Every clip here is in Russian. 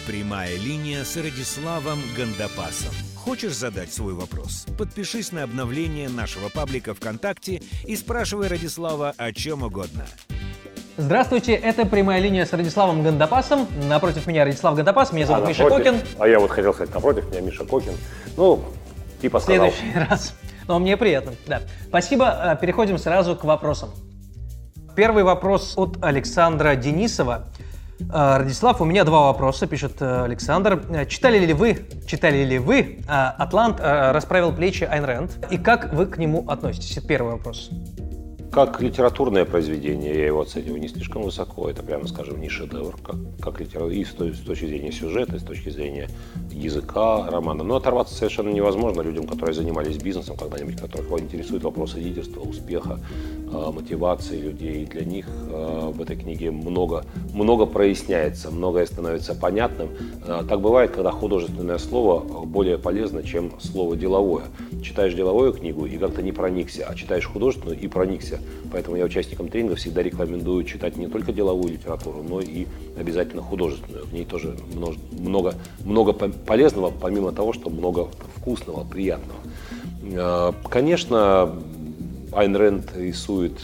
Прямая линия с Радиславом Гандапасом. Хочешь задать свой вопрос? Подпишись на обновление нашего паблика ВКонтакте и спрашивай Радислава о чем угодно. Здравствуйте, это «Прямая линия» с Радиславом Гандапасом. Напротив меня Радислав Гандапас, меня зовут Миша Кокин. А я вот хотел сказать, напротив меня Миша Кокин. Ну, типа сказал. В следующий раз. Но мне приятно, да. Спасибо, переходим сразу к вопросам. Первый вопрос от Александра Денисова. Радислав, у меня два вопроса, пишет Александр. Читали ли вы «Атлант расправил плечи Айн Рэнд» и как вы к нему относитесь? Это первый вопрос. Как литературное произведение я его оцениваю не слишком высоко. Это, прямо скажем, не шедевр, как литература. И с точки зрения сюжета, и с точки зрения языка романа. Но оторваться совершенно невозможно людям, которые занимались бизнесом когда-нибудь, которых интересуют вопросы лидерства, успеха, мотивации людей. И для них в этой книге много проясняется, многое становится понятным. Так бывает, когда художественное слово более полезно, чем слово деловое. Читаешь деловую книгу и как-то не проникся, а читаешь художественную и проникся. Поэтому я участникам тренинга всегда рекомендую читать не только деловую литературу, но и обязательно художественную. В ней тоже много полезного, помимо того, что много вкусного, приятного. Конечно, Айн Рэнд рисует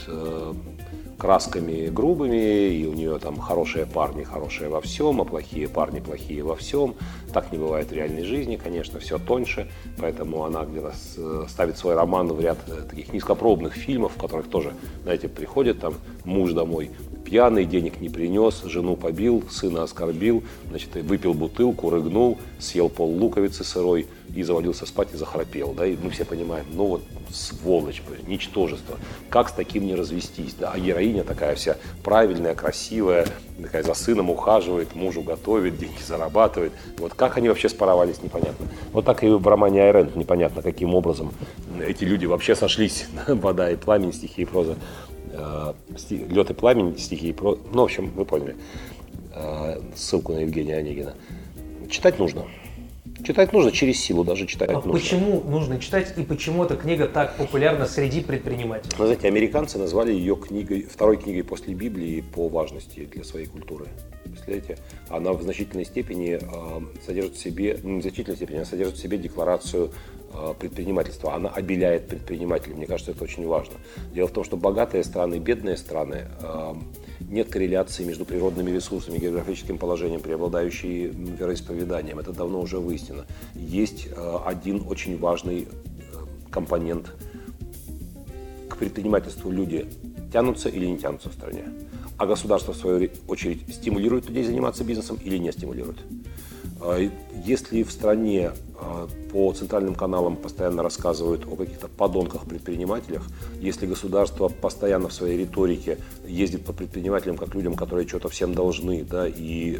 красками грубыми, и у нее там хорошие парни, хорошие во всем, а плохие парни, плохие во всем. Так не бывает в реальной жизни, конечно, все тоньше, поэтому она где-то ставит свой роман в ряд таких низкопробных фильмов, в которых тоже, знаете, приходит там муж домой пьяный, денег не принес, жену побил, сына оскорбил, значит, выпил бутылку, рыгнул, съел пол луковицы сырой и завалился спать и захрапел, да, и мы все понимаем, ну вот сволочь, ничтожество, как с таким не развестись, да, а героиня такая вся правильная, красивая, такая за сыном ухаживает, мужу готовит, деньги зарабатывает, вот как они вообще спаровались, непонятно. Вот так и в романе Айн Рэнд непонятно, каким образом эти люди вообще сошлись, вода и пламень, стихи и проза. Лед и пламень, стихи и проза. Ну, в общем, вы поняли. Ссылку на Евгения Онегина. Читать нужно. Читать нужно через силу, даже читать нужно. Почему нужно читать и почему эта книга так популярна среди предпринимателей? Вы знаете, американцы назвали ее второй книгой после Библии по важности для своей культуры. Представляете? Она в значительной степени содержит в себе, не в значительной степени, она содержит в себе декларацию предпринимательства. Она обеляет предпринимателей. Мне кажется, это очень важно. Дело в том, что богатые страны и бедные страны, нет корреляции между природными ресурсами, географическим положением, преобладающим вероисповеданием. Это давно уже выяснено. Есть один очень важный компонент. К предпринимательству люди тянутся или не тянутся в стране. А государство, в свою очередь, стимулирует людей заниматься бизнесом или не стимулирует. Если в стране по центральным каналам постоянно рассказывают о каких-то подонках-предпринимателях, если государство постоянно в своей риторике ездит по предпринимателям как людям, которые что-то всем должны, да, и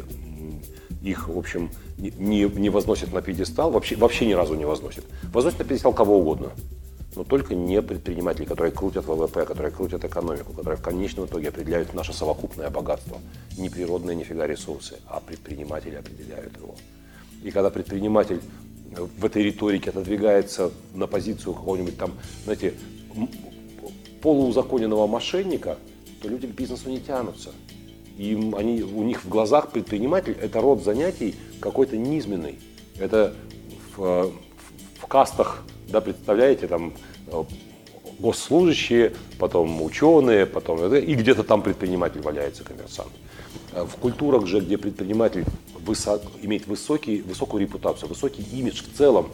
их, в общем, не возносит на пьедестал, вообще ни разу не возносит. Возносит на пьедестал кого угодно, но только не предпринимателей, которые крутят ВВП, которые крутят экономику, которые в конечном итоге определяют наше совокупное богатство. Не природные нифига ресурсы, а предприниматели определяют его. И когда предприниматель в этой риторике отодвигается на позицию какого-нибудь там, знаете, полуузаконенного мошенника, то люди к бизнесу не тянутся. И у них в глазах предприниматель – это род занятий какой-то низменный. Это в кастах, да, представляете, там госслужащие, потом ученые, потом и где-то там предприниматель валяется, коммерсант. В культурах же, где предприниматель имеет высокую репутацию, высокий имидж в целом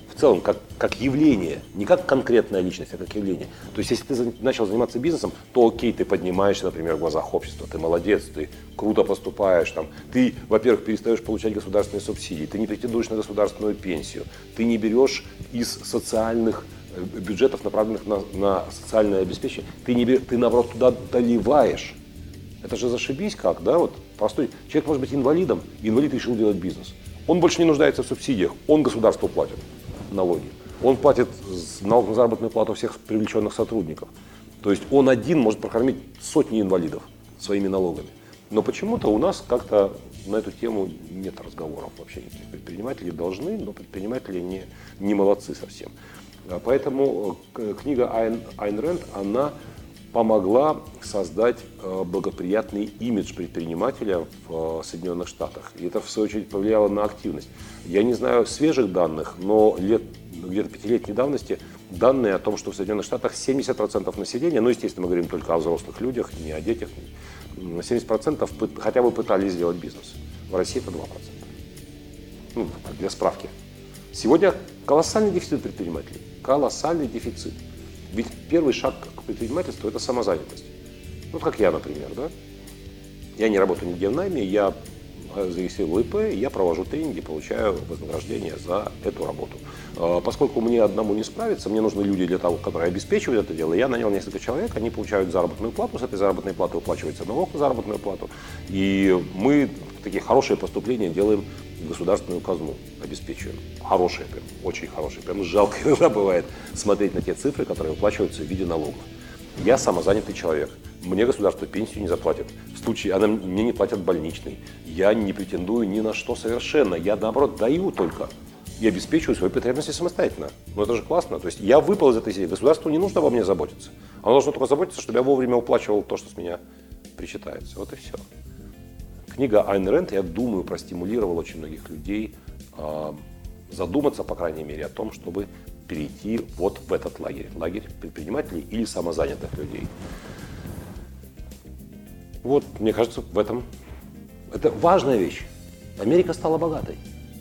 как явление, не как конкретная личность, а как явление. То есть, если ты начал заниматься бизнесом, то окей, ты поднимаешься, например, в глазах общества, ты молодец, ты круто поступаешь, там, ты, во-первых, перестаешь получать государственные субсидии, ты не претендуешь на государственную пенсию, ты не берешь из социальных бюджетов, направленных на социальное обеспечение, ты наоборот туда доливаешь. Это же зашибись как, да, вот простой человек может быть инвалидом, инвалид решил делать бизнес. Он больше не нуждается в субсидиях, он государству платит налоги. Он платит налог на заработную плату всех привлеченных сотрудников. То есть он один может прокормить сотни инвалидов своими налогами. Но почему-то у нас как-то на эту тему нет разговоров вообще никаких. Предприниматели должны, но предприниматели не молодцы совсем. Поэтому книга Айн Рэнд, она помогла создать благоприятный имидж предпринимателя в Соединенных Штатах. И это, в свою очередь, повлияло на активность. Я не знаю свежих данных, но где-то 5-летней давности данные о том, что в Соединенных Штатах 70% населения, ну, естественно, мы говорим только о взрослых людях, не о детях, 70% хотя бы пытались сделать бизнес. В России это 2%. Ну, для справки. Сегодня колоссальный дефицит предпринимателей. Колоссальный дефицит. Ведь первый шаг к предпринимательству – это самозанятость. Вот как я, например, да? Я не работаю нигде в найме, я зарегистрировал ИП, я провожу тренинги, получаю вознаграждение за эту работу. Поскольку мне одному не справиться, мне нужны люди для того, которые обеспечивают это дело. Я нанял несколько человек, они получают заработную плату, с этой заработной платы уплачивается налог на заработную плату. И мы такие хорошие поступления делаем в государственную казну, обеспечиваем. Хорошие, прям, очень хорошие. Прям жалко иногда бывает смотреть на те цифры, которые выплачиваются в виде налогов. Я самозанятый человек. Мне государство пенсию не заплатит. В случае, мне не платят больничный. Я не претендую ни на что совершенно. Я, наоборот, даю только. И обеспечиваю свои потребности самостоятельно. Ну это же классно. То есть я выпал из этой серии. Государству не нужно обо мне заботиться. Оно должно только заботиться, чтобы я вовремя уплачивал то, что с меня причитается. Вот и все. Книга Айн Рэнд, я думаю, простимулировала очень многих людей задуматься, по крайней мере, о том, чтобы перейти вот в этот лагерь. Лагерь предпринимателей или самозанятых людей. Вот, мне кажется, в этом это важная вещь. Америка стала богатой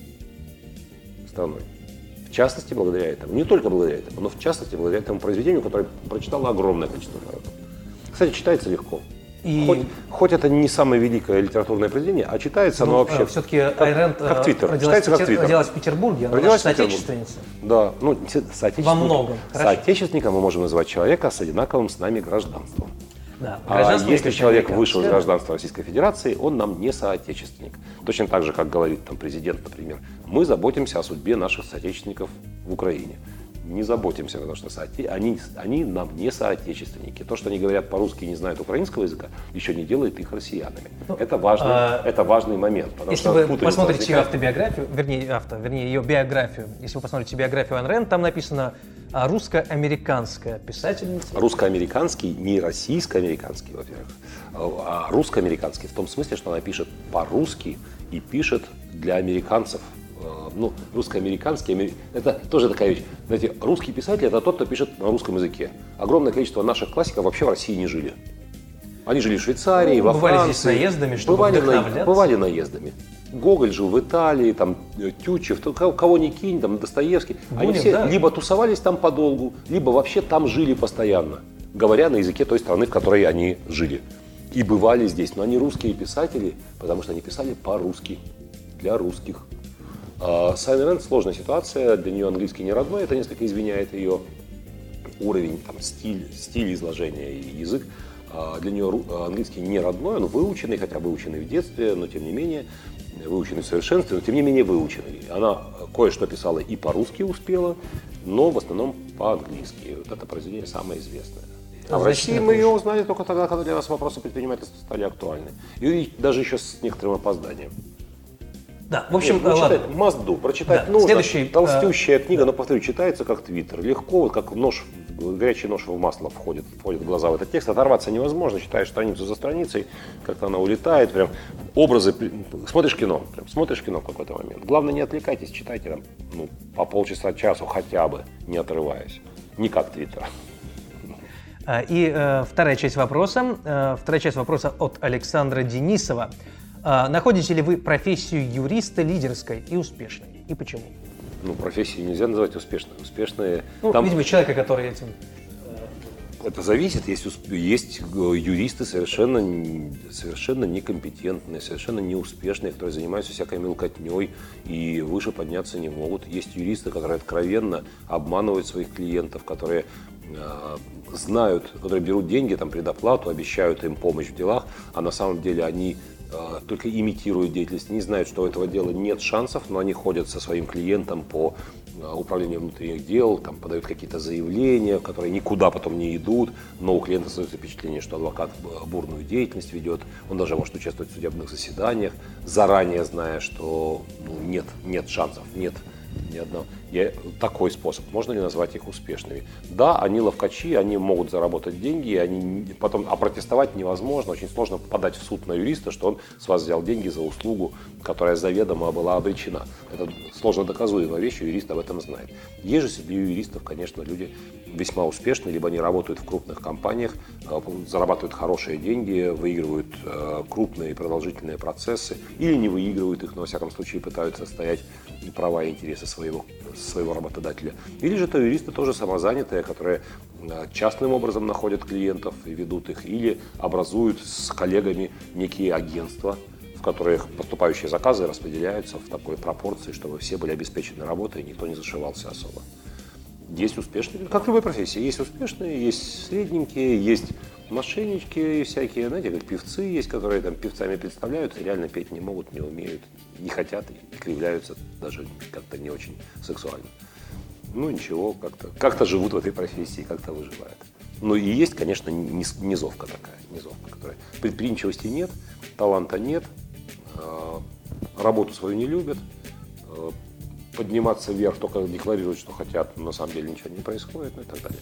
страной. В частности, благодаря этому. Не только благодаря этому, но в частности, благодаря этому произведению, которое прочитало огромное количество народов. Кстати, читается легко. Хоть это не самое великое литературное произведение, а читается оно вообще все-таки Айн Рэнд родилась в Петербурге, она наша соотечественница. Да, ну, во многом. Соотечественником мы можем назвать человека с одинаковым с нами гражданством. Да, а если человек вышел из гражданства Российской Федерации, он нам не соотечественник. Точно так же, как говорит там президент, например, мы заботимся о судьбе наших соотечественников в Украине. Не заботимся, потому что они нам не соотечественники. То, что они говорят по-русски и не знают украинского языка, еще не делает их россиянами. Это важный момент. Если вы посмотрите ее автобиографию, вернее ее биографию, если вы посмотрите биографию Айн Рэнд, там написано русско-американская писательница. Русско-американский, не российско-американский, во-первых, а русско-американский в том смысле, что она пишет по-русски и пишет для американцев. Ну, русско-американский, это тоже такая вещь. Знаете, русский писатель – это тот, кто пишет на русском языке. Огромное количество наших классиков вообще в России не жили. Они жили в Швейцарии, во Франции. Бывали здесь наездами, чтобы вдохновляться. Бывали наездами. Гоголь жил в Италии, там, Тютчев, кого ни кинь, там, Достоевский. Они все либо тусовались там подолгу, либо вообще там жили постоянно, говоря на языке той страны, в которой они жили. И бывали здесь. Но они русские писатели, потому что они писали по-русски, для русских. С Айн Рэнд сложная ситуация, для нее английский не родной, это несколько извиняет ее уровень, там, стиль изложения и язык. Для нее английский не родной, он выученный, хотя выученный в детстве, но тем не менее, выученный в совершенстве, но тем не менее выученный. Она кое-что писала и по-русски успела, но в основном по-английски. Вот это произведение самое известное. А в России мы ее узнали только тогда, когда для нас вопросы предпринимательства стали актуальны. И даже еще с некоторым опозданием. Да, в общем, ладно. Must do, прочитать нужно. Следующий, толстющая книга, но, повторю, читается как Твиттер. Легко, вот как горячий нож в масло входит в глаза в этот текст. Оторваться невозможно, читаешь страницу за страницей, как-то она улетает, прям образы, смотришь кино в какой-то момент. Главное, не отвлекайтесь, читайте там, по полчаса-часу хотя бы, не отрываясь. Не как Твиттер. И вторая часть вопроса от Александра Денисова. Находите ли вы профессию юриста лидерской и успешной? И почему? Профессию нельзя называть успешной. Успешные... видимо, человека, который этим... Это зависит. Есть юристы совершенно некомпетентные, совершенно неуспешные, которые занимаются всякой мелкотней и выше подняться не могут. Есть юристы, которые откровенно обманывают своих клиентов, которые знают, которые берут деньги, там, предоплату, обещают им помощь в делах, а на самом деле они только имитируют деятельность, не знают, что у этого дела нет шансов, но они ходят со своим клиентом по управлению внутренних дел, там, подают какие-то заявления, которые никуда потом не идут, но у клиента создается впечатление, что адвокат бурную деятельность ведет, он даже может участвовать в судебных заседаниях, заранее зная, что нет шансов, нет ни одного. Такой способ. Можно ли назвать их успешными? Да, они ловкачи, они могут заработать деньги, а протестовать невозможно. Очень сложно подать в суд на юриста, что он с вас взял деньги за услугу, которая заведомо была обречена. Это сложно доказуемая вещь, юрист об этом знает. Есть же среди юристов, конечно, люди весьма успешные, либо они работают в крупных компаниях, зарабатывают хорошие деньги, выигрывают крупные и продолжительные процессы, или не выигрывают их, но во всяком случае пытаются отстоять права и интересы своего работодателя. Или же это юристы тоже самозанятые, которые частным образом находят клиентов и ведут их, или образуют с коллегами некие агентства, в которых поступающие заказы распределяются в такой пропорции, чтобы все были обеспечены работой и никто не зашивался особо. Есть успешные, как в любой профессии, есть успешные, есть средненькие, есть мошеннички всякие, знаете, как певцы есть, которые там певцами представляются и реально петь не могут, не умеют, не хотят и кривляются даже как-то не очень сексуально. Ну ничего, как-то живут в этой профессии, как-то выживают. Ну и есть, конечно, низовка такая, которая предприимчивости нет, таланта нет, работу свою не любят, подниматься вверх, только декларируют, что хотят, но на самом деле ничего не происходит, ну и так далее.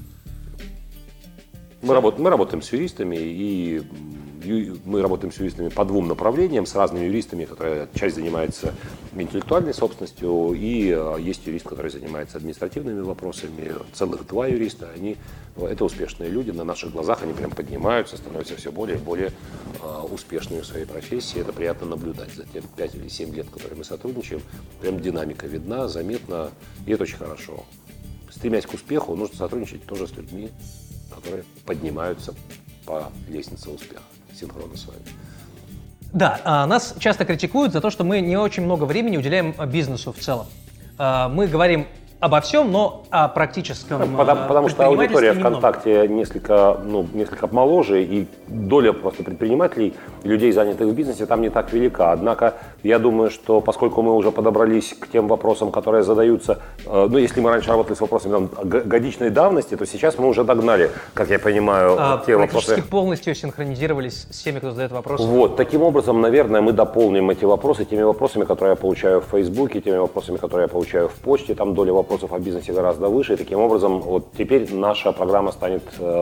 Мы работаем с юристами, и мы работаем с юристами по двум направлениям, с разными юристами, которые часть занимается интеллектуальной собственностью, и есть юрист, который занимается административными вопросами, целых два юриста, это успешные люди, на наших глазах они прям поднимаются, становятся все более и более успешными в своей профессии, это приятно наблюдать за тем 5 или 7 лет, которые мы сотрудничаем, прям динамика видна, заметна, и это очень хорошо. Стремясь к успеху, нужно сотрудничать тоже с людьми, которые поднимаются по лестнице успеха, синхронно с вами. Да, нас часто критикуют за то, что мы не очень много времени уделяем бизнесу в целом. Мы говорим обо всем, но о практическом потому что аудитория ВКонтакте несколько моложе, и доля просто предпринимателей, людей, занятых в бизнесе, там не так велика. Однако я думаю, что поскольку мы уже подобрались к тем вопросам, которые задаются, если мы раньше работали с вопросами годичной давности, то сейчас мы уже догнали, как я понимаю, те вопросы. Практически полностью синхронизировались с теми, кто задает вопросы. Вот, таким образом, наверное, мы дополним эти вопросы теми вопросами, которые я получаю в Фейсбуке, теми вопросами, которые я получаю в почте, там доля вопросов о бизнесе гораздо выше, и таким образом вот теперь наша программа станет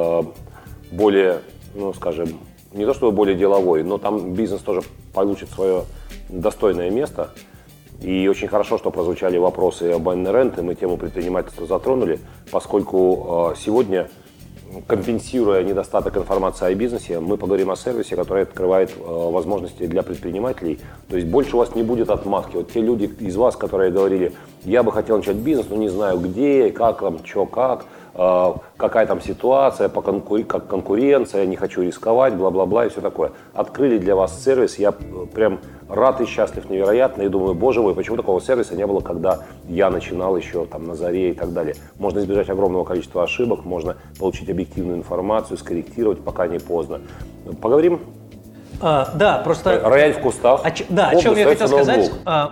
более, скажем, не то чтобы более деловой, но там бизнес тоже получит свое достойное место. И очень хорошо, что прозвучали вопросы об НРНТ, и мы тему предпринимательства затронули, поскольку сегодня, компенсируя недостаток информации о бизнесе, мы поговорим о сервисе, который открывает возможности для предпринимателей. То есть больше у вас не будет отмазки. Вот те люди из вас, которые говорили, я бы хотел начать бизнес, но не знаю где, как там, что, как, какая там ситуация, как конкуренция, не хочу рисковать, бла-бла-бла и все такое. Открыли для вас сервис, я прям рад и счастлив невероятно, и думаю, боже мой, почему такого сервиса не было, когда я начинал еще там на заре и так далее. Можно избежать огромного количества ошибок, можно получить объективную информацию, скорректировать, пока не поздно. Поговорим? Да, просто... Рояль в кустах. О чем я хотел сказать.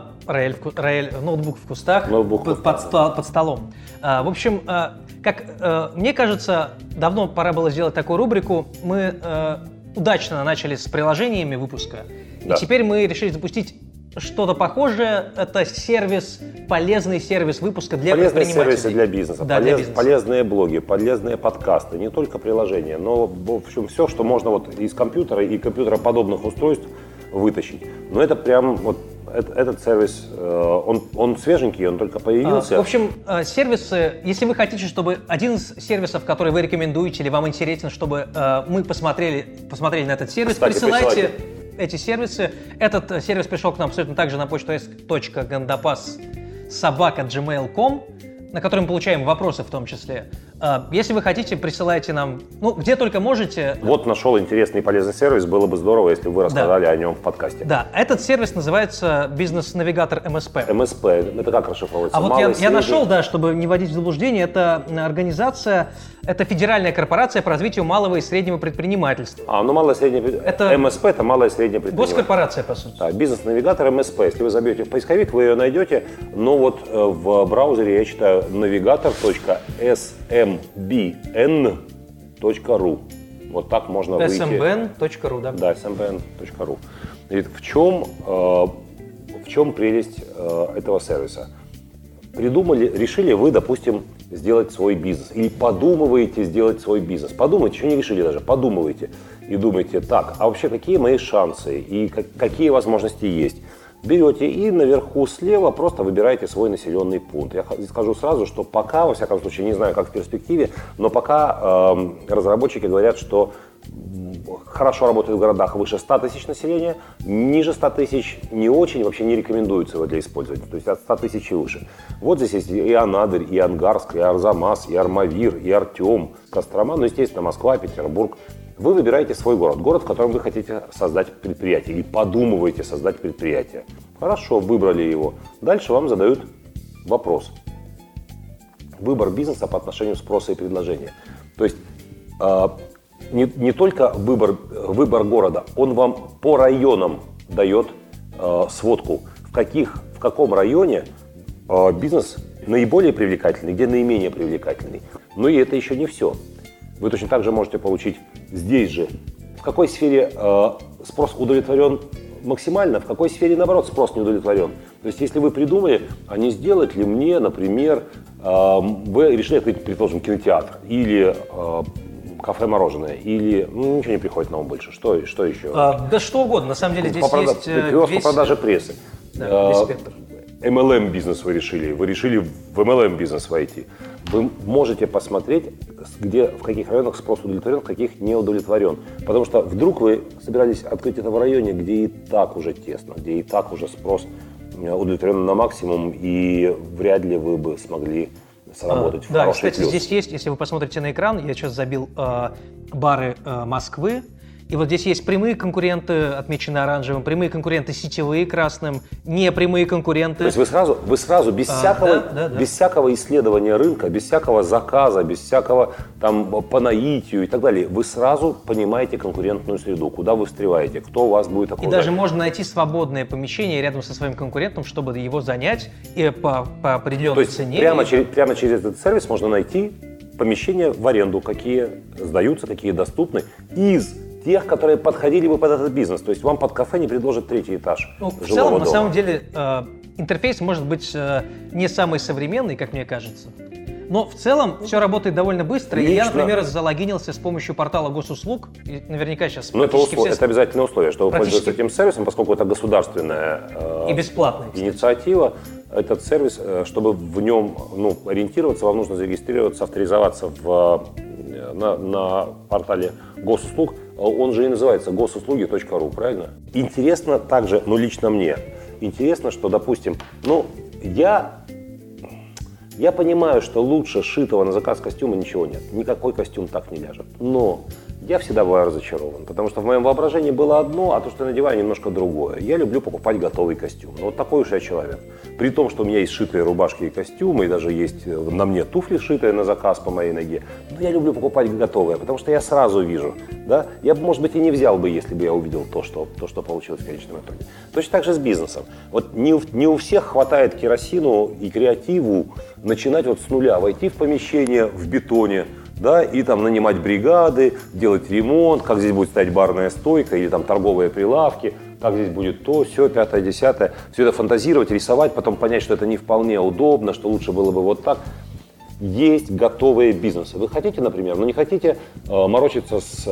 Ноутбук в кустах, под столом. В общем, как мне кажется, давно пора было сделать такую рубрику. Мы удачно начали с приложениями выпуска, и теперь мы решили запустить что-то похожее. Это полезный сервис выпуска для предпринимателей. Полезные сервисы для бизнеса, да, для бизнеса. Полезные блоги, полезные подкасты, не только приложения, но в общем все, что можно вот из компьютера и компьютероподобных устройств вытащить. Но это прям вот этот сервис, он свеженький, он только появился. В общем, сервисы, если вы хотите, чтобы один из сервисов, который вы рекомендуете или вам интересен, чтобы мы посмотрели на этот сервис, присылайте эти сервисы. Этот сервис пришел к нам абсолютно так же на почту s.gandapass@gmail.com, на который мы получаем вопросы в том числе. Если вы хотите, присылайте нам, где только можете. Вот нашел интересный и полезный сервис, было бы здорово, если бы вы рассказали о нем в подкасте. Да, этот сервис называется «Бизнес-навигатор МСП». МСП, это как расшифровывается? А вот я нашел, чтобы не вводить в заблуждение, это организация, это федеральная корпорация по развитию малого и среднего предпринимательства. Малое и среднее предпринимательство. МСП – это малое и среднее предпринимательство. Госкорпорация, по сути. Да, бизнес-навигатор МСП. Если вы забьете в поисковик, вы ее найдете, но вот в браузере я читаю navigator.smbn.ru. Вот так можно выйти. smbn.ru, да? Да, smbn.ru. В чем прелесть этого сервиса? решили вы, допустим, сделать свой бизнес, или подумываете сделать свой бизнес. Подумайте, еще не решили даже, подумывайте и думаете, так, а вообще какие мои шансы и какие возможности есть. Берете и наверху слева просто выбираете свой населенный пункт. Я скажу сразу, что пока, во всяком случае, не знаю, как в перспективе, но пока разработчики говорят, что хорошо работают в городах выше 100 тысяч населения, ниже 100 тысяч не очень, вообще не рекомендуется его для использования, то есть от 100 тысяч и выше. Вот здесь есть и Анадырь, и Ангарск, и Арзамас, и Армавир, и Артем, Кострома, ну, естественно, Москва, Петербург. Вы выбираете свой город, в котором вы хотите создать предприятие или подумываете создать предприятие. Хорошо, выбрали его. Дальше вам задают вопрос. Выбор бизнеса по отношению спроса и предложения. То есть не только выбор города, он вам по районам дает сводку, в каком районе бизнес наиболее привлекательный, где наименее привлекательный. Но и это еще не все. Вы точно так же можете получить здесь же, в какой сфере спрос удовлетворен максимально, в какой сфере, наоборот, спрос не удовлетворен. То есть, если вы придумали, а не сделать ли мне, например, вы решили открыть, предположим, кинотеатр или кафе-мороженое, или ничего не приходит на ум больше. Что еще? Да что угодно, на самом деле здесь есть киоск по продаже прессы. Да, весь спектр. MLM-бизнес вы решили в MLM-бизнес войти. Вы можете посмотреть, в каких районах спрос удовлетворен, в каких не удовлетворен. Потому что вдруг вы собирались открыть это в районе, где и так уже тесно, где и так уже спрос удовлетворен на максимум, и вряд ли вы бы смогли сработать в да, хороший кстати, плюс. Здесь есть, если вы посмотрите на экран, я сейчас забил бары Москвы. И вот здесь есть прямые конкуренты, отмечены оранжевым, прямые конкуренты сетевые красным, непрямые конкуренты. То есть вы сразу без всякого исследования рынка, без всякого заказа, без всякого там по наитию и так далее, вы сразу понимаете конкурентную среду, куда вы встреваете, кто вас будет окружать. И даже можно найти свободное помещение рядом со своим конкурентом, чтобы его занять и по определенной цене. Прямо через этот сервис можно найти помещения в аренду, какие сдаются, какие доступны, из тех, которые подходили бы под этот бизнес. То есть вам под кафе не предложат третий этаж жилого дома. В целом, на самом деле, интерфейс может быть не самый современный, как мне кажется. Но в целом все работает довольно быстро. И я, например, залогинился с помощью портала госуслуг. И наверняка сейчас это обязательное условие, что вы пользуетесь этим сервисом, поскольку это государственная и бесплатная инициатива. Этот сервис, чтобы в нем ориентироваться, вам нужно зарегистрироваться, авторизоваться на портале госуслуг. Он же и называется госуслуги.ру, правильно? Интересно также, лично мне, интересно, что, допустим, я понимаю, что лучше сшитого на заказ костюма ничего нет. Никакой костюм так не ляжет. Но я всегда бываю разочарован, потому что в моем воображении было одно, а то, что я надеваю, немножко другое. Я люблю покупать готовый костюм. Вот такой уж я человек. При том, что у меня есть сшитые рубашки и костюмы, и даже есть на мне туфли, сшитые на заказ по моей ноге. Но я люблю покупать готовые, потому что я сразу вижу. Да? Я бы, может быть, и не взял бы, если бы я увидел то, что получилось в конечном итоге. Точно так же с бизнесом. Вот не у всех хватает керосину и креативу начинать с нуля, войти в помещение в бетоне, да, и там нанимать бригады, делать ремонт, как здесь будет стоять барная стойка или там торговые прилавки, как здесь будет то, сё, 5-е, 10-е. Все это фантазировать, рисовать, потом понять, что это не вполне удобно, что лучше было бы вот так. Есть готовые бизнесы. Вы хотите, например, не хотите морочиться с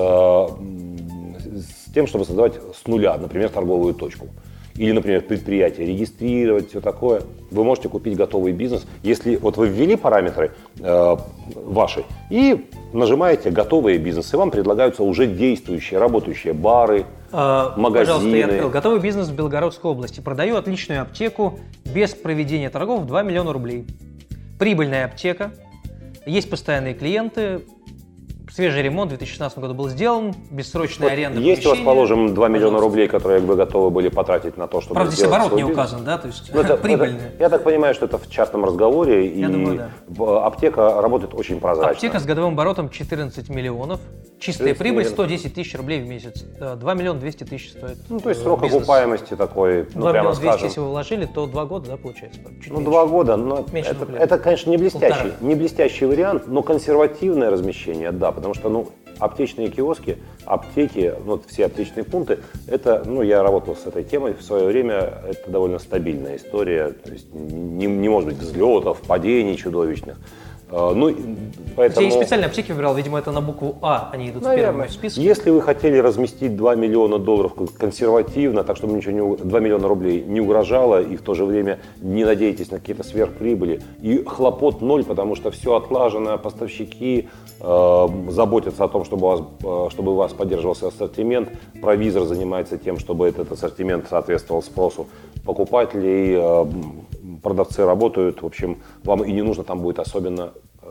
тем, чтобы создавать с нуля, например, торговую точку. Или, например, предприятие, регистрировать, все такое. Вы можете купить готовый бизнес. Если вы ввели параметры ваши и нажимаете «Готовые бизнесы», вам предлагаются уже действующие, работающие бары, магазины. Пожалуйста, я открыл. Готовый бизнес в Белгородской области. Продаю отличную аптеку без проведения торгов 2 миллиона рублей. Прибыльная аптека. Есть постоянные клиенты. Свежий ремонт в 2016 году был сделан, бессрочная аренда помещения. Есть у вас, положим, 2 миллиона рублей, которые вы готовы были потратить на то, чтобы правда, здесь оборот не указан, да? То есть прибыльная. Я так понимаю, что это в частном разговоре, и думаю, да. Аптека работает очень прозрачно. Аптека с годовым оборотом 14 миллионов, чистая прибыль 110 тысяч рублей в месяц, 2 миллиона 200 тысяч стоит. То есть срок окупаемости такой, 2 миллиона 200, если вы вложили, то 2 года, да, получается? 2 года, но это, конечно, не блестящий вариант, но консервативное размещение, да, потому что, аптечные киоски аптеки, вот все аптечные пункты, это, я работал с этой темой в свое время, это довольно стабильная история, то есть не может быть взлетов, падений чудовищных. Поэтому... Я специально аптеки выбирал, видимо, это на букву А, они идут первыми в списке. Если вы хотели разместить 2 миллиона долларов консервативно, так чтобы 2 миллиона рублей не угрожало, и в то же время не надеетесь на какие-то сверхприбыли, и хлопот ноль, потому что все отлажено, поставщики заботятся о том, чтобы у вас поддерживался ассортимент, провизор занимается тем, чтобы этот ассортимент соответствовал спросу покупателей, продавцы работают, в общем, вам и не нужно там будет особенно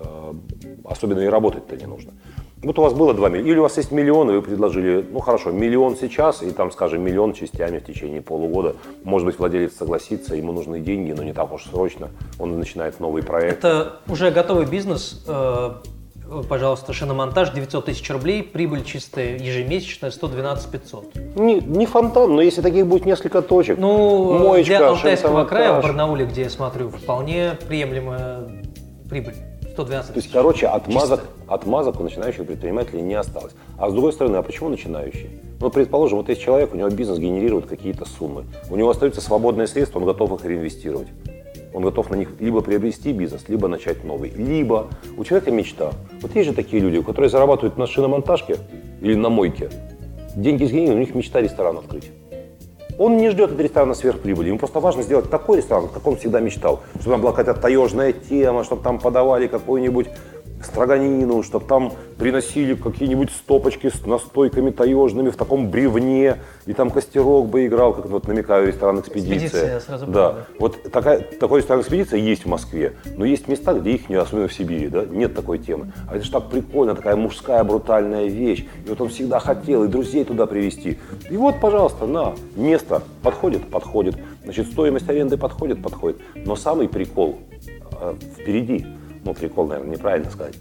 и работать-то не нужно. Вот у вас было 2 миллиона, или у вас есть миллион, и вы предложили, хорошо, миллион сейчас, и там, скажем, миллион частями в течение полугода. Может быть, владелец согласится, ему нужны деньги, но не так уж срочно, он начинает новый проект. Это уже готовый бизнес, пожалуйста, шиномонтаж, 900 тысяч рублей, прибыль чистая ежемесячная 112 500. Не фонтан, но если таких будет несколько точек, моечка, для Алтайского края, в Барнауле, где я смотрю, вполне приемлемая прибыль. 112 тысяч. То есть, отмазок у начинающих предпринимателей не осталось. А с другой стороны, а почему начинающие? Предположим, вот есть человек, у него бизнес генерирует какие-то суммы, у него остаются свободные средства, он готов их реинвестировать. Он готов на них либо приобрести бизнес, либо начать новый. Либо у человека мечта. Вот есть же такие люди, которые зарабатывают на шиномонтажке или на мойке. Деньги сгенерированы, у них мечта ресторан открыть. Он не ждет от ресторана сверхприбыли. Ему просто важно сделать такой ресторан, как он всегда мечтал. Чтобы там была какая-то таежная тема, чтобы там подавали какую-нибудь строганину, чтобы там приносили какие-нибудь стопочки с настойками таежными в таком бревне, и там костерок бы играл, как вот намекаю, ресторан «Экспедиция». Сразу да. понял. Вот такой ресторан «Экспедиция» есть в Москве, но есть места, где их нет, особенно в Сибири, да, нет такой темы. А это же так прикольно, такая мужская брутальная вещь. И вот он всегда хотел и друзей туда привезти. И вот, пожалуйста, место подходит. Значит, стоимость аренды подходит. Но самый прикол впереди. Прикол, наверное, неправильно сказать.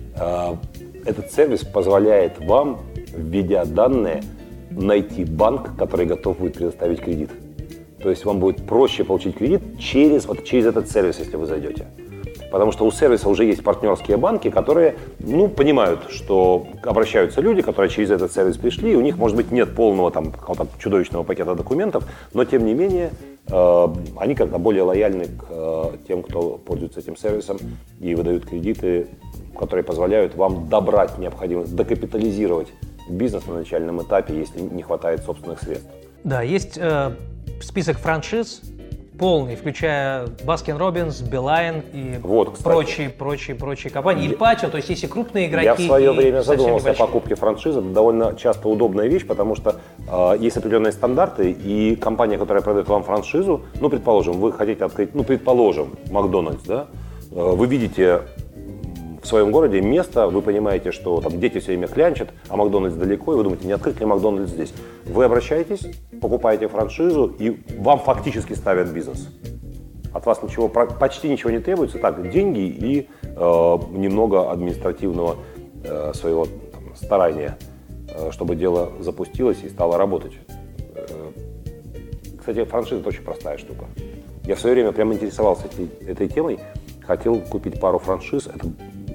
Этот сервис позволяет вам, введя данные, найти банк, который готов будет предоставить кредит. То есть вам будет проще получить кредит через этот сервис, если вы зайдете. Потому что у сервиса уже есть партнерские банки, которые понимают, что обращаются люди, которые через этот сервис пришли, и у них, может быть, нет полного какого-то чудовищного пакета документов, но тем не менее они как-то более лояльны к тем, кто пользуется этим сервисом, и выдают кредиты, которые позволяют вам добрать необходимость, докапитализировать бизнес на начальном этапе, если не хватает собственных средств. Да, есть список франшиз полный, включая Баскин Роббинс, Билайн и прочие компании. Иль Патио, то есть есть и крупные игроки. Я в свое время задумался о покупке франшизы. Это довольно часто удобная вещь, потому что есть определенные стандарты, и компания, которая продает вам франшизу, предположим, вы хотите открыть, Макдональдс, да, вы видите в своем городе место, вы понимаете, что там дети все время клянчат, а Макдональдс далеко, и вы думаете, не открыть ли Макдональдс здесь. Вы обращаетесь, покупаете франшизу, и вам фактически ставят бизнес. От вас почти ничего не требуется, так, деньги и немного административного своего старания, чтобы дело запустилось и стало работать. Кстати, франшиза – это очень простая штука. Я в свое время прям интересовался этой темой, хотел купить пару франшиз. Это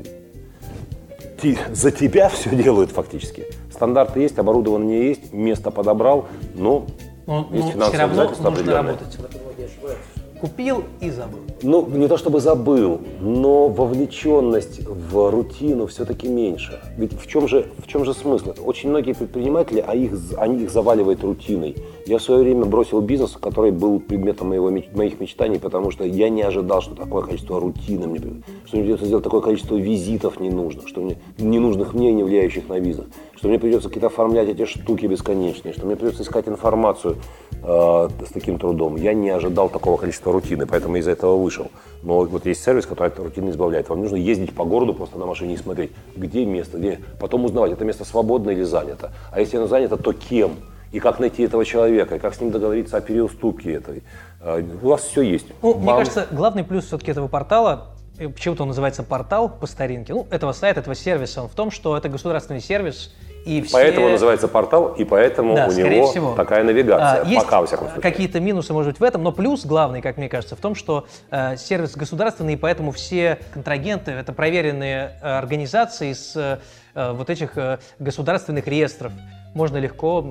за тебя все делают фактически. Стандарты есть, оборудование есть, место подобрал, но есть финансовые обязательства определенные. Нужно работать в этом, я ошибаюсь. Купил и забыл. Не то чтобы забыл, но вовлеченность в рутину все-таки меньше. Ведь в чем же смысл? Очень многие предприниматели, их заваливает рутиной. Я в свое время бросил бизнес, который был предметом моих мечтаний, потому что я не ожидал, что такое количество рутины что мне придется сделать такое количество визитов ненужных, ненужных мне, не влияющих на бизнес, что мне придется какие-то оформлять эти штуки бесконечные, что мне придется искать информацию с таким трудом. Я не ожидал такого количества рутины, поэтому из-за этого вышел. Но вот есть сервис, который от рутины избавляет. Вам нужно ездить по городу просто на машине и смотреть, где место, потом узнавать, это место свободно или занято. А если оно занято, то кем? И как найти этого человека, и как с ним договориться о переуступке этой. У вас все есть. Мне кажется, главный плюс все-таки этого портала, почему-то он называется портал по старинке, этого сайта, этого сервиса, он в том, что это государственный сервис, и все... Поэтому называется портал, и поэтому у него такая навигация, есть пока, во всяком случае. Какие-то минусы, может быть, в этом, но плюс главный, как мне кажется, в том, что сервис государственный, и поэтому все контрагенты — это проверенные организации с вот этих государственных реестров можно легко,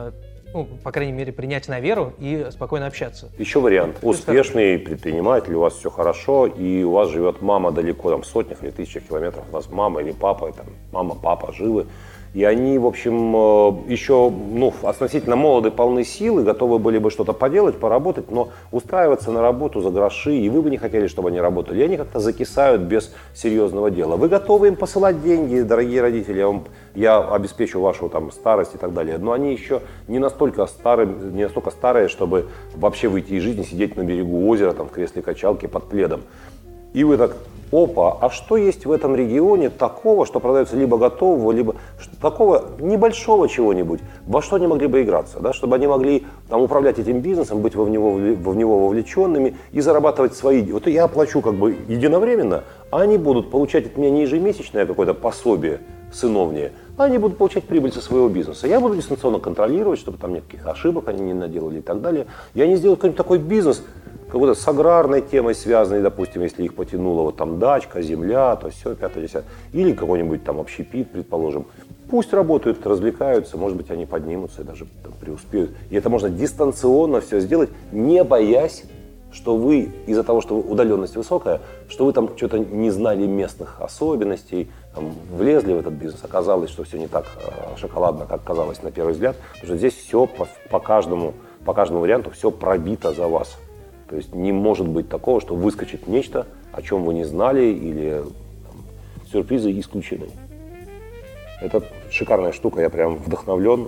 по крайней мере, принять на веру и спокойно общаться. Еще вариант. Успешный предприниматель, у вас все хорошо, и у вас живет мама далеко, там, в сотнях или тысячах километров. У вас мама или папа, там, мама, папа живы. И они, в общем, еще относительно молоды, полны сил и готовы были бы что-то поделать, поработать, но устраиваться на работу за гроши, и вы бы не хотели, чтобы они работали. И они как-то закисают без серьезного дела. Вы готовы им посылать деньги, дорогие родители, я обеспечу вашу там старость и так далее. Но они еще не настолько старые, чтобы вообще выйти из жизни, сидеть на берегу озера, там, в кресле качалки под пледом. И вы так: опа, а что есть в этом регионе такого, что продается либо готового, либо такого небольшого чего-нибудь, во что они могли бы играться, да, чтобы они могли там управлять этим бизнесом, быть в него вовлеченными и зарабатывать свои. Вот я оплачу как бы единовременно, а они будут получать от меня не ежемесячное какое-то пособие сыновнее, а они будут получать прибыль со своего бизнеса. Я буду дистанционно контролировать, чтобы там никаких ошибок они не наделали и так далее. И они сделают какой-нибудь такой бизнес, какой-то с аграрной темой связанный, допустим, если их потянуло, вот там дачка, земля, то все, 5-10, или какой-нибудь там общепит, предположим. Пусть работают, развлекаются, может быть, они поднимутся и даже там преуспеют. И это можно дистанционно все сделать, не боясь, что вы, из-за того, что удаленность высокая, что вы там что-то не знали местных особенностей, там, влезли в этот бизнес, оказалось, что все не так шоколадно, как казалось на первый взгляд, потому что здесь все по каждому варианту все пробито за вас. То есть не может быть такого, что выскочит нечто, о чем вы не знали, или там, сюрпризы исключены. Это шикарная штука, я прям вдохновлен.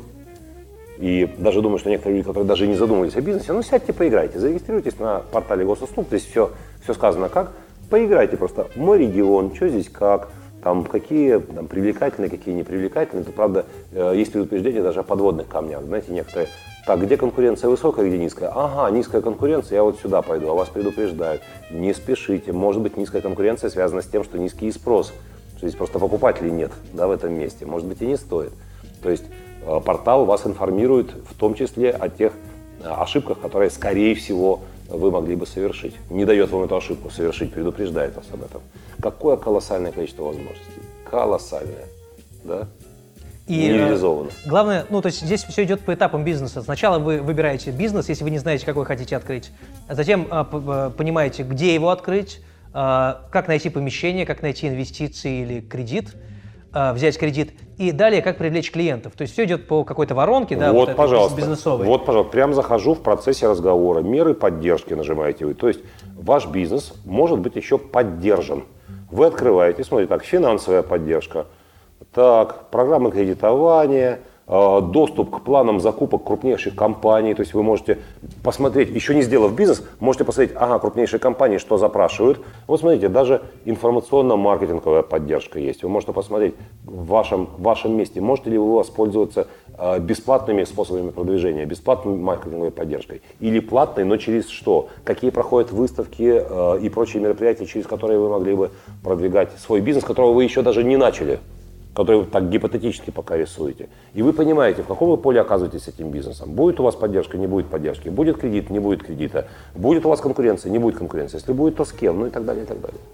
И даже думаю, что некоторые люди, которые даже не задумывались о бизнесе, сядьте, поиграйте, зарегистрируйтесь на портале Госуслуг, здесь все сказано как, поиграйте просто, мой регион, что здесь как, там какие там, привлекательные, какие непривлекательные. Это, правда, есть предупреждение даже о подводных камнях. Знаете, некоторые: так, где конкуренция высокая, где низкая? Ага, низкая конкуренция, я вот сюда пойду, а вас предупреждают. Не спешите, может быть, низкая конкуренция связана с тем, что низкий спрос, что здесь просто покупателей нет, да, в этом месте, может быть, и не стоит. То есть портал вас информирует в том числе о тех ошибках, которые, скорее всего, вы могли бы совершить. Не дает вам эту ошибку совершить, предупреждает вас об этом. Какое колоссальное количество возможностей. Колоссальное, да? И не реализовано. Главное, то есть здесь все идет по этапам бизнеса. Сначала вы выбираете бизнес, если вы не знаете, какой хотите открыть. А затем понимаете, где его открыть, как найти помещение, как найти инвестиции или кредит, взять кредит. И далее, как привлечь клиентов. То есть все идет по какой-то воронке, да, вот пожалуйста, бизнесовой. Вот, пожалуйста, прямо захожу в процессе разговора. Меры поддержки нажимаете вы. То есть ваш бизнес может быть еще поддержан. Вы открываете, смотрите, так, финансовая поддержка, так, программы кредитования, доступ к планам закупок крупнейших компаний. То есть вы можете посмотреть, еще не сделав бизнес, можете посмотреть, ага, крупнейшие компании что запрашивают. Вот смотрите, даже информационно-маркетинговая поддержка есть. Вы можете посмотреть в вашем месте, можете ли вы воспользоваться бесплатными способами продвижения, бесплатной маркетинговой поддержкой или платной, но через что? Какие проходят выставки и прочие мероприятия, через которые вы могли бы продвигать свой бизнес, которого вы еще даже не начали, который вы так гипотетически пока рисуете. И вы понимаете, в каком вы поле оказываетесь с этим бизнесом. Будет у вас поддержка, не будет поддержки. Будет кредит, не будет кредита. Будет у вас конкуренция, не будет конкуренции. Если будет, то с кем? И так далее, и так далее.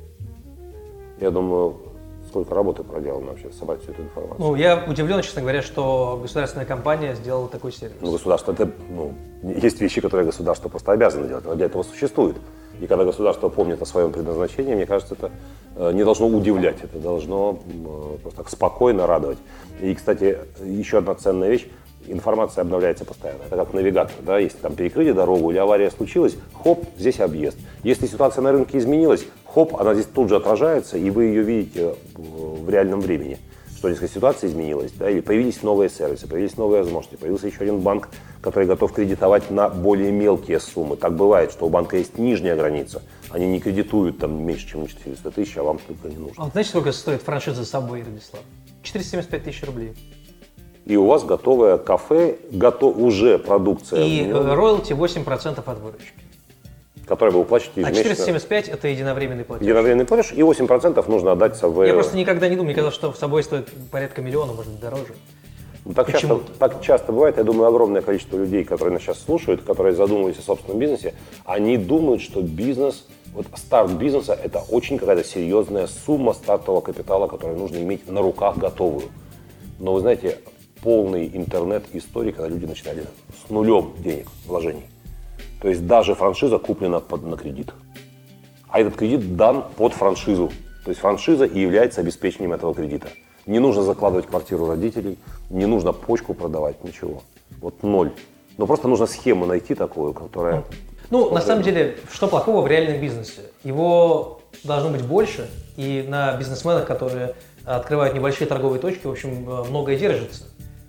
Я думаю, сколько работы проделано вообще собрать всю эту информацию. Я удивлен, честно говоря, что государственная компания сделала такой сервис. Государство, есть вещи, которые государство просто обязано делать. Оно для этого существует. И когда государство помнит о своем предназначении, мне кажется, это не должно удивлять, это должно просто так спокойно радовать. И, кстати, еще одна ценная вещь, информация обновляется постоянно. Это как навигатор, да, если там перекрыли дорогу или авария случилась, хоп, здесь объезд. Если ситуация на рынке изменилась, хоп, она здесь тут же отражается, и вы ее видите в реальном времени. Что несколько ситуаций изменилась, да, или появились новые сервисы, появились новые возможности, появился еще один банк, который готов кредитовать на более мелкие суммы. Так бывает, что у банка есть нижняя граница, они не кредитуют там меньше, чем 400 тысяч, а вам только не нужно. А знаете, сколько стоит франшиза Subway, Радислав? 475 тысяч рублей. И у вас готовое кафе, уже продукция. И роялти 8% от выручки. Который вы уплачиваете ежемесячно. А 475 – это единовременный платеж. Единовременный платеж, и 8% нужно отдать Subway. Я просто никогда не думал, мне казалось, что в Subway стоит порядка миллиона, может быть, дороже. Так часто бывает. Я думаю, огромное количество людей, которые нас сейчас слушают, которые задумываются о собственном бизнесе, они думают, что бизнес Вот старт бизнеса – это очень какая-то серьезная сумма стартового капитала, которую нужно иметь на руках готовую. Но вы знаете, полный интернет истории, когда люди начинали с нулем денег, вложений. То есть даже франшиза куплена на кредит. А этот кредит дан под франшизу. То есть франшиза и является обеспечением этого кредита. Не нужно закладывать квартиру родителей, не нужно почку продавать, ничего. Вот ноль. Но просто нужно схему найти такую, которая... Ну, на самом деле, что плохого в реальном бизнесе? Его должно быть больше, и на бизнесменах, которые открывают небольшие торговые точки, в общем, многое держится.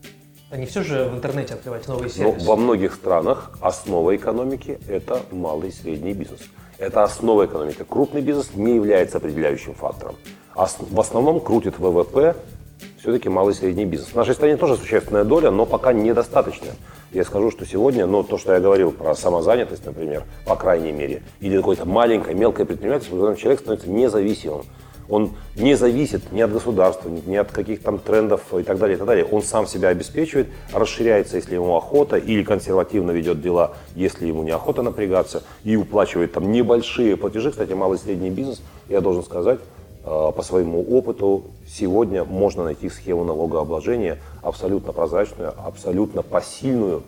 Они все же в интернете открывать новые сервисы. Но во многих странах основа экономики – это малый и средний бизнес. Это основа экономики. Крупный бизнес не является определяющим фактором. В основном крутит ВВП все-таки малый и средний бизнес. В нашей стране тоже существенная доля, но пока недостаточная. Я скажу, что сегодня, то, что я говорил про самозанятость, например, по крайней мере, или какое-то маленькое, мелкое предпринимательство, в котором человек становится независимым. Он не зависит ни от государства, ни от каких там трендов и так далее, и так далее. Он сам себя обеспечивает, расширяется, если ему охота, или консервативно ведет дела, если ему неохота напрягаться, и уплачивает там небольшие платежи. Кстати, малый и средний бизнес, я должен сказать, по своему опыту, сегодня можно найти схему налогообложения абсолютно прозрачную, абсолютно посильную.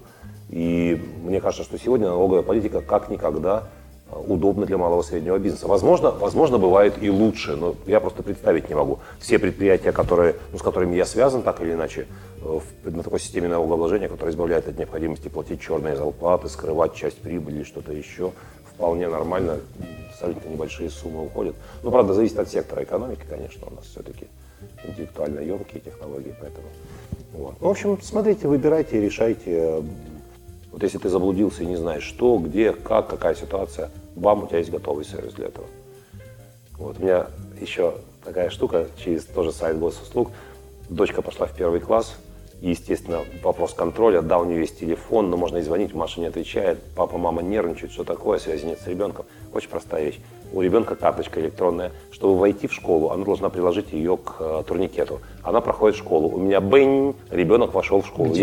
И мне кажется, что сегодня налоговая политика как никогда удобна для малого и среднего бизнеса. Возможно, бывает и лучше, но я просто представить не могу. Все предприятия, с которыми я связан, так или иначе, на такой системе налогообложения, которая избавляет от необходимости платить черные зарплаты, скрывать часть прибыли или что-то еще, вполне нормально, абсолютно небольшие суммы уходят. Но, правда, зависит от сектора экономики, конечно, у нас все-таки интеллектуально емкие технологии, поэтому... Вот. В общем, смотрите, выбирайте, решайте. Вот если ты заблудился и не знаешь, что, где, как, какая ситуация, бам, у тебя есть готовый сервис для этого. Вот. У меня еще такая штука, через тоже сайт госуслуг, дочка пошла в 1 класс, и, естественно, вопрос контроля, да, у нее есть телефон, но можно и звонить, Маша не отвечает, папа, мама нервничают, что такое, связи нет с ребенком. Очень простая вещь. У ребенка карточка электронная. Чтобы войти в школу, она должна приложить ее к турникету. Она проходит школу. У меня бэнь, ребенок вошел в школу.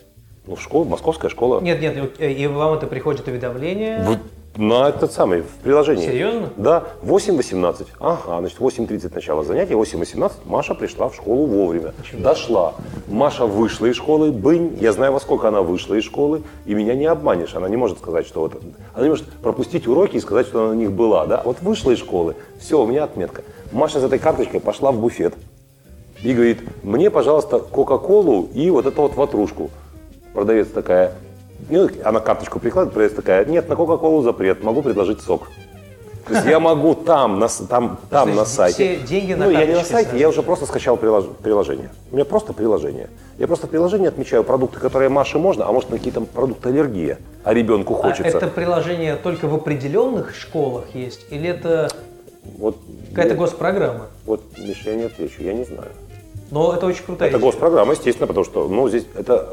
В школу, московская школа. Нет, и вам это приходит уведомление? На этот самый, в приложении. Серьезно? Да, 8:18. Ага, значит, 8:30 начало занятия, 8:18 Маша пришла в школу вовремя. Почему? Дошла. Маша вышла из школы, бынь, я знаю, во сколько она вышла из школы, и меня не обманешь. Она не может сказать, что вот... Она не может пропустить уроки и сказать, что она на них была, да? Вот вышла из школы, все, у меня отметка. Маша с этой карточкой пошла в буфет и говорит, мне, пожалуйста, кока-колу и вот эту вот ватрушку. Продавец такая... Она карточку прикладывает, продавец такая, нет, на кока-колу запрет, могу предложить сок. То есть я могу там на сайте. Все деньги на я не на сайте, я уже просто скачал приложение. У меня просто приложение. Я просто в приложении отмечаю продукты, которые Маше можно, а может на какие-то продукты аллергия, а ребенку хочется. Это приложение только в определенных школах есть? Или это какая-то госпрограмма? Вот, Миша, я не отвечу, я не знаю. Но это очень крутая Это госпрограмма, естественно, потому что здесь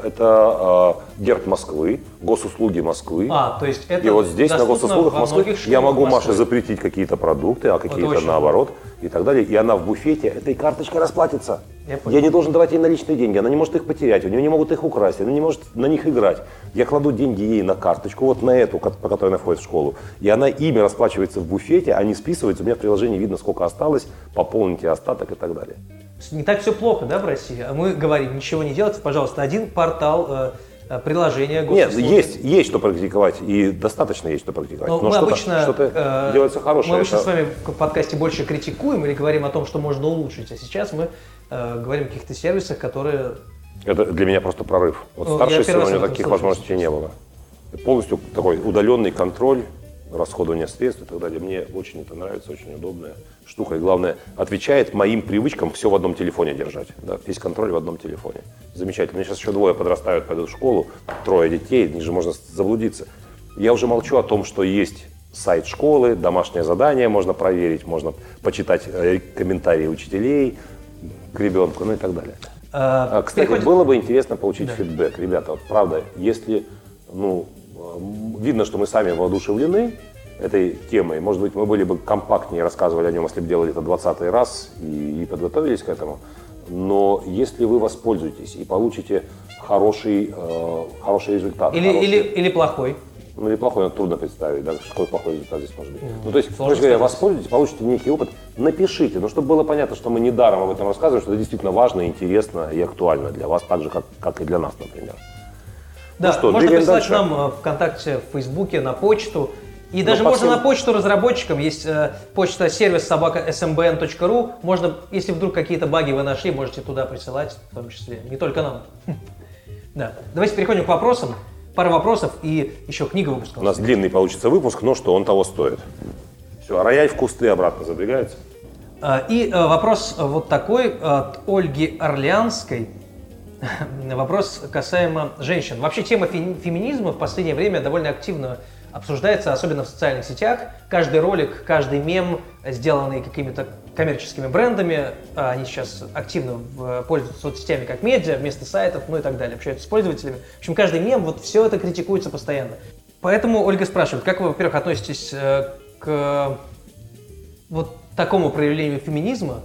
это герб Москвы, госуслуги Москвы. То есть это и вот здесь на госуслугах Москвы я могу Маше Москвы запретить какие-то продукты, а какие-то наоборот и так далее. И она в буфете этой карточкой расплатится. Я не должен давать ей наличные деньги, она не может их потерять, у нее не могут их украсть, она не может на них играть. Я кладу деньги ей на карточку, вот на эту, по которой она входит в школу, и она ими расплачивается в буфете, они списываются, у меня в приложении видно, сколько осталось, пополните остаток и так далее. Не так все плохо, да, в России? А мы говорим, ничего не делать, пожалуйста, один портал, приложение госуслуги. Нет, есть что практиковать, и достаточно есть что практиковать. Но что-то делается хорошее. Мы обычно с вами в подкасте больше критикуем или говорим о том, что можно улучшить, а сейчас мы говорим о каких-то сервисах, которые... Это для меня просто прорыв. Вот старший сын, у него таких возможностей не было. Полностью такой удаленный контроль, расходование средств и так далее. Мне очень это нравится, очень удобная штука. И главное, отвечает моим привычкам все в одном телефоне держать. Да? Весь контроль в одном телефоне. Замечательно. У меня сейчас еще 2 подрастают, пойдут в школу, 3 детей, них же можно заблудиться. Я уже молчу о том, что есть сайт школы, домашнее задание можно проверить, можно почитать комментарии учителей к ребенку, и так далее. Кстати, было бы интересно получить фидбэк. Ребята, вот правда, если видно, что мы сами воодушевлены этой темой, может быть, мы были бы компактнее рассказывали о нем, если бы делали это 20-й раз и подготовились к этому. Но если вы воспользуетесь и получите хороший результат. Или плохой. Ну или плохой, трудно представить, да, какой плохой результат здесь может быть. Ну то есть, короче говоря, воспользуйтесь, получите некий опыт, напишите, чтобы было понятно, что мы недаром об этом рассказываем, что это действительно важно, интересно и актуально для вас, так же, как и для нас, например. Да, что, можно прислать дальше. нам ВКонтакте, в Фейсбуке, на почту. И даже можно на почту разработчикам, есть почта сервис @smbn.ru. Можно, если вдруг какие-то баги вы нашли, можете туда присылать, в том числе, не только нам. Да. Давайте переходим к вопросам. Пара вопросов и еще книга выпуска. У нас длинный получится выпуск, но что, он того стоит. Все, рояль в кусты обратно задвигается. И вопрос вот такой от Ольги Орлеанской. Вопрос касаемо женщин. Вообще тема феминизма в последнее время довольно активно обсуждается, особенно в социальных сетях. Каждый ролик, каждый мем, сделанный какими-то коммерческими брендами, они сейчас активно пользуются соцсетями как медиа, вместо сайтов, ну и так далее, общаются с пользователями. В общем, каждый мем, вот все это критикуется постоянно. Поэтому Ольга спрашивает, как вы, во-первых, относитесь к вот такому проявлению феминизма,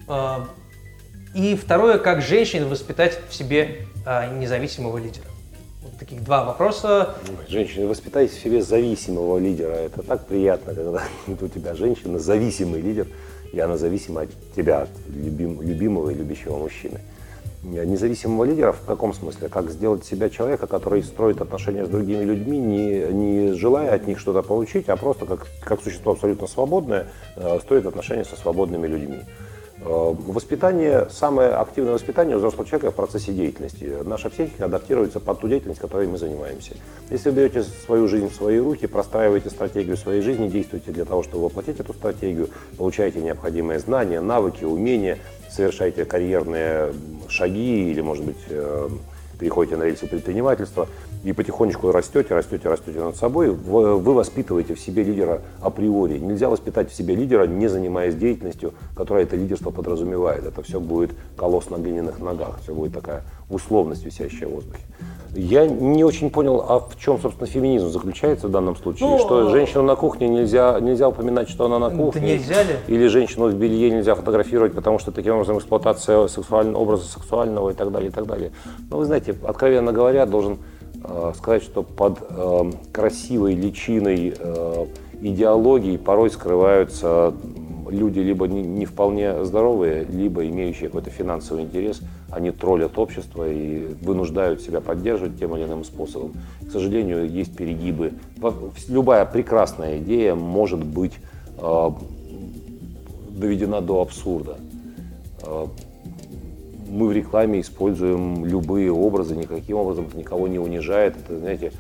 и второе, как женщин воспитать в себе независимого лидера? Вот таких два вопроса. Женщина, воспитайте в себе зависимого лидера. Это так приятно, когда у тебя женщина зависимый лидер, и она зависима от тебя, от любимого и любящего мужчины. Независимого лидера в каком смысле? Как сделать себя человека, который строит отношения с другими людьми, не желая от них что-то получить, а просто как существо абсолютно свободное, строит отношения со свободными людьми. Воспитание, самое активное воспитание у взрослого человека в процессе деятельности. Наша психика адаптируется под ту деятельность, которой мы занимаемся. Если вы берете свою жизнь в свои руки, простраиваете стратегию своей жизни, действуете для того, чтобы воплотить эту стратегию, получаете необходимые знания, навыки, умения, совершаете карьерные шаги или, может быть, переходите на рельсы предпринимательства и потихонечку растете над собой, вы воспитываете в себе лидера априори. Нельзя воспитать в себе лидера, не занимаясь деятельностью, которая это лидерство подразумевает. Это все будет колосс на глиняных ногах, все будет такая условность, висящая в воздухе. Я не очень понял, а в чем, собственно, феминизм заключается в данном случае? Что женщину на кухне нельзя упоминать, что она на кухне? Да нельзя ли? Или женщину в белье нельзя фотографировать, потому что таким образом эксплуатация образа сексуального и так далее, и так далее. Но вы знаете, откровенно говоря, должен сказать, что под красивой личиной идеологии порой скрываются люди либо не вполне здоровые, либо имеющие какой-то финансовый интерес. Они троллят общество и вынуждают себя поддерживать тем или иным способом. К сожалению, есть перегибы. Любая прекрасная идея может быть доведена до абсурда. Мы в рекламе используем любые образы, никаким образом это никого не унижает. Это, знаете,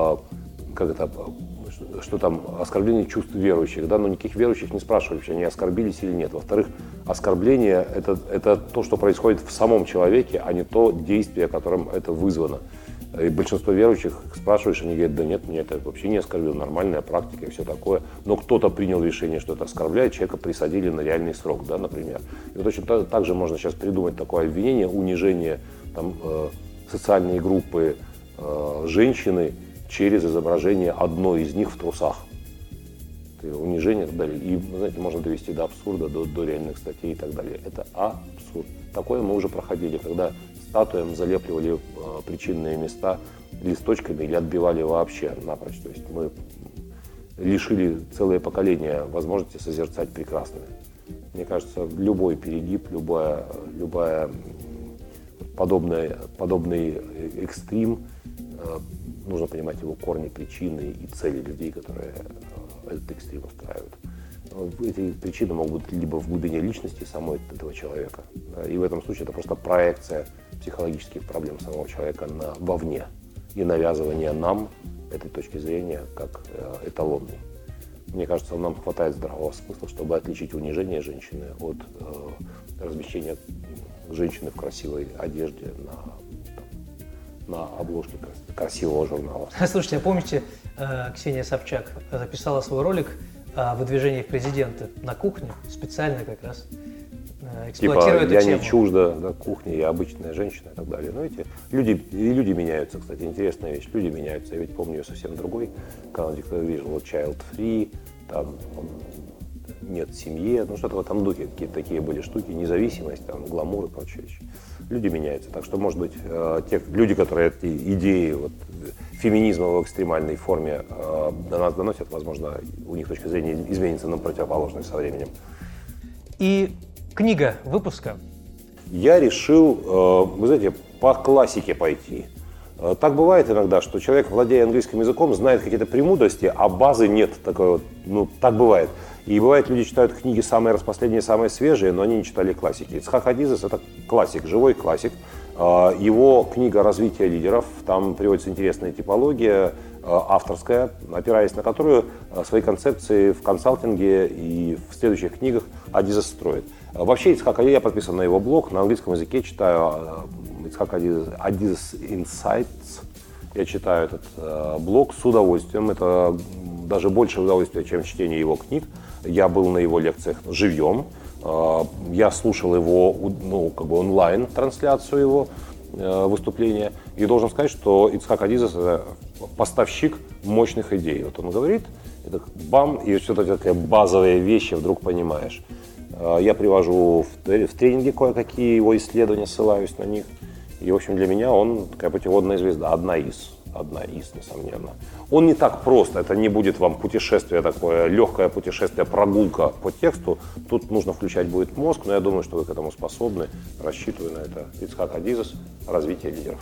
что там, оскорбление чувств верующих, да, но никаких верующих не спрашивали, вообще они оскорбились или нет. Во-вторых, оскорбление это то, что происходит в самом человеке, а не то действие, которым это вызвано. И большинство верующих спрашиваешь, они говорят, да нет, меня это вообще не оскорбило, нормальная практика и все такое. Но кто-то принял решение, что это оскорбляет, человека присадили на реальный срок, да, например. И вот точно так же можно сейчас придумать такое обвинение, унижение там, социальной группы женщины через изображение одной из них в трусах. Унижение и так далее. И, знаете, можно довести до абсурда, до реальных статей и так далее. Это абсурд. Такое мы уже проходили, когда статуям залепливали причинные места листочками или отбивали вообще напрочь. То есть мы лишили целое поколение возможности созерцать прекрасное. Мне кажется, любой перегиб, любая подобный экстрим, нужно понимать его корни, причины и цели людей, которые этот экстрим устраивают. Эти причины могут быть либо в глубине личности самого этого человека, да, и в этом случае это просто проекция психологических проблем самого человека вовне и навязывание нам этой точки зрения как эталонной. Мне кажется, нам хватает здравого смысла, чтобы отличить унижение женщины от размещения женщины в красивой одежде на обложке красивого журнала. Слушайте, а помните, Ксения Собчак записала свой ролик о выдвижении в президенты на кухне, специально как раз эксплуатируя эту я тему. Не чужда, да, кухни, я обычная женщина и так далее. Но эти люди меняются, кстати, интересная вещь. Люди меняются. Я ведь помню ее совсем другой, когда она декларировала child free, там нет семьи, что-то в этом духе, какие-то такие были штуки, независимость, там, гламур и прочие вещи. Люди меняются. Так что, может быть, те люди, которые эти идеи феминизма в экстремальной форме до нас доносят, возможно, у них точка зрения изменится на противоположную со временем. И книга выпуска? Я решил, вы знаете, по классике пойти. Так бывает иногда, что человек, владея английским языком, знает какие-то премудрости, а базы нет. Такой вот, так бывает. И бывает, люди читают книги самые распоследние, самые свежие, но они не читали классики. Ицхак Адизес – это классик, живой классик. Его книга «Развитие лидеров», там приводится интересная типология, авторская, опираясь на которую свои концепции в консалтинге и в следующих книгах Адизес строит. Вообще, Ицхак Адизес, я подписан на его блог, на английском языке читаю Ицхак Адизес Insights. Я читаю этот блог с удовольствием. Это даже больше удовольствия, чем чтение его книг. Я был на его лекциях живьем. Я слушал его онлайн-трансляцию его выступления. И должен сказать, что Ицхак Адизес – это поставщик мощных идей. Вот он говорит, это бам, и все-таки такие базовые вещи вдруг понимаешь. Я привожу в тренинге кое-какие его исследования, ссылаюсь на них. И, в общем, для меня он такая путеводная звезда, одна из, несомненно. Он не так прост, это не будет вам путешествие такое, легкое путешествие, прогулка по тексту. Тут нужно включать будет мозг, но я думаю, что вы к этому способны, рассчитываю на это. Ицхак Адизес «Развитие лидеров».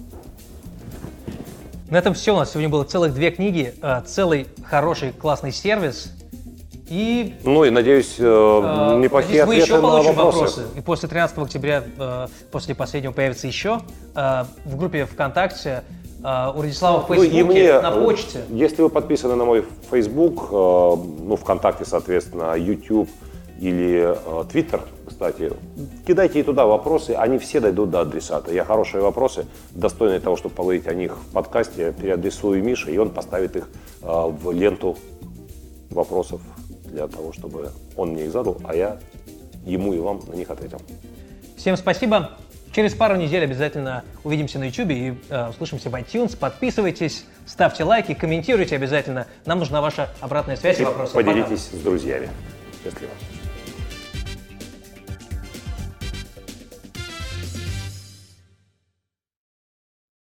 На этом все. У нас сегодня было целых 2 книги, целый хороший, классный сервис. И надеюсь, неплохие ответы мы еще на получим вопросы. И после 13 октября, после последнего, появится еще в группе ВКонтакте, у Радислава в Фейсбуке, на почте. Если вы подписаны на мой Фейсбук, ВКонтакте, соответственно, YouTube или Твиттер, кстати, кидайте и туда вопросы, они все дойдут до адресата. Я хорошие вопросы, достойные того, чтобы поговорить о них в подкасте, я переадресую Мише, и он поставит их в ленту вопросов для того, чтобы он мне их задал, а я ему и вам на них ответил. Всем спасибо. Через пару недель обязательно увидимся на YouTube и услышимся в iTunes. Подписывайтесь, ставьте лайки, комментируйте обязательно. Нам нужна ваша обратная связь и вопросы. Поделитесь с друзьями. Счастливо.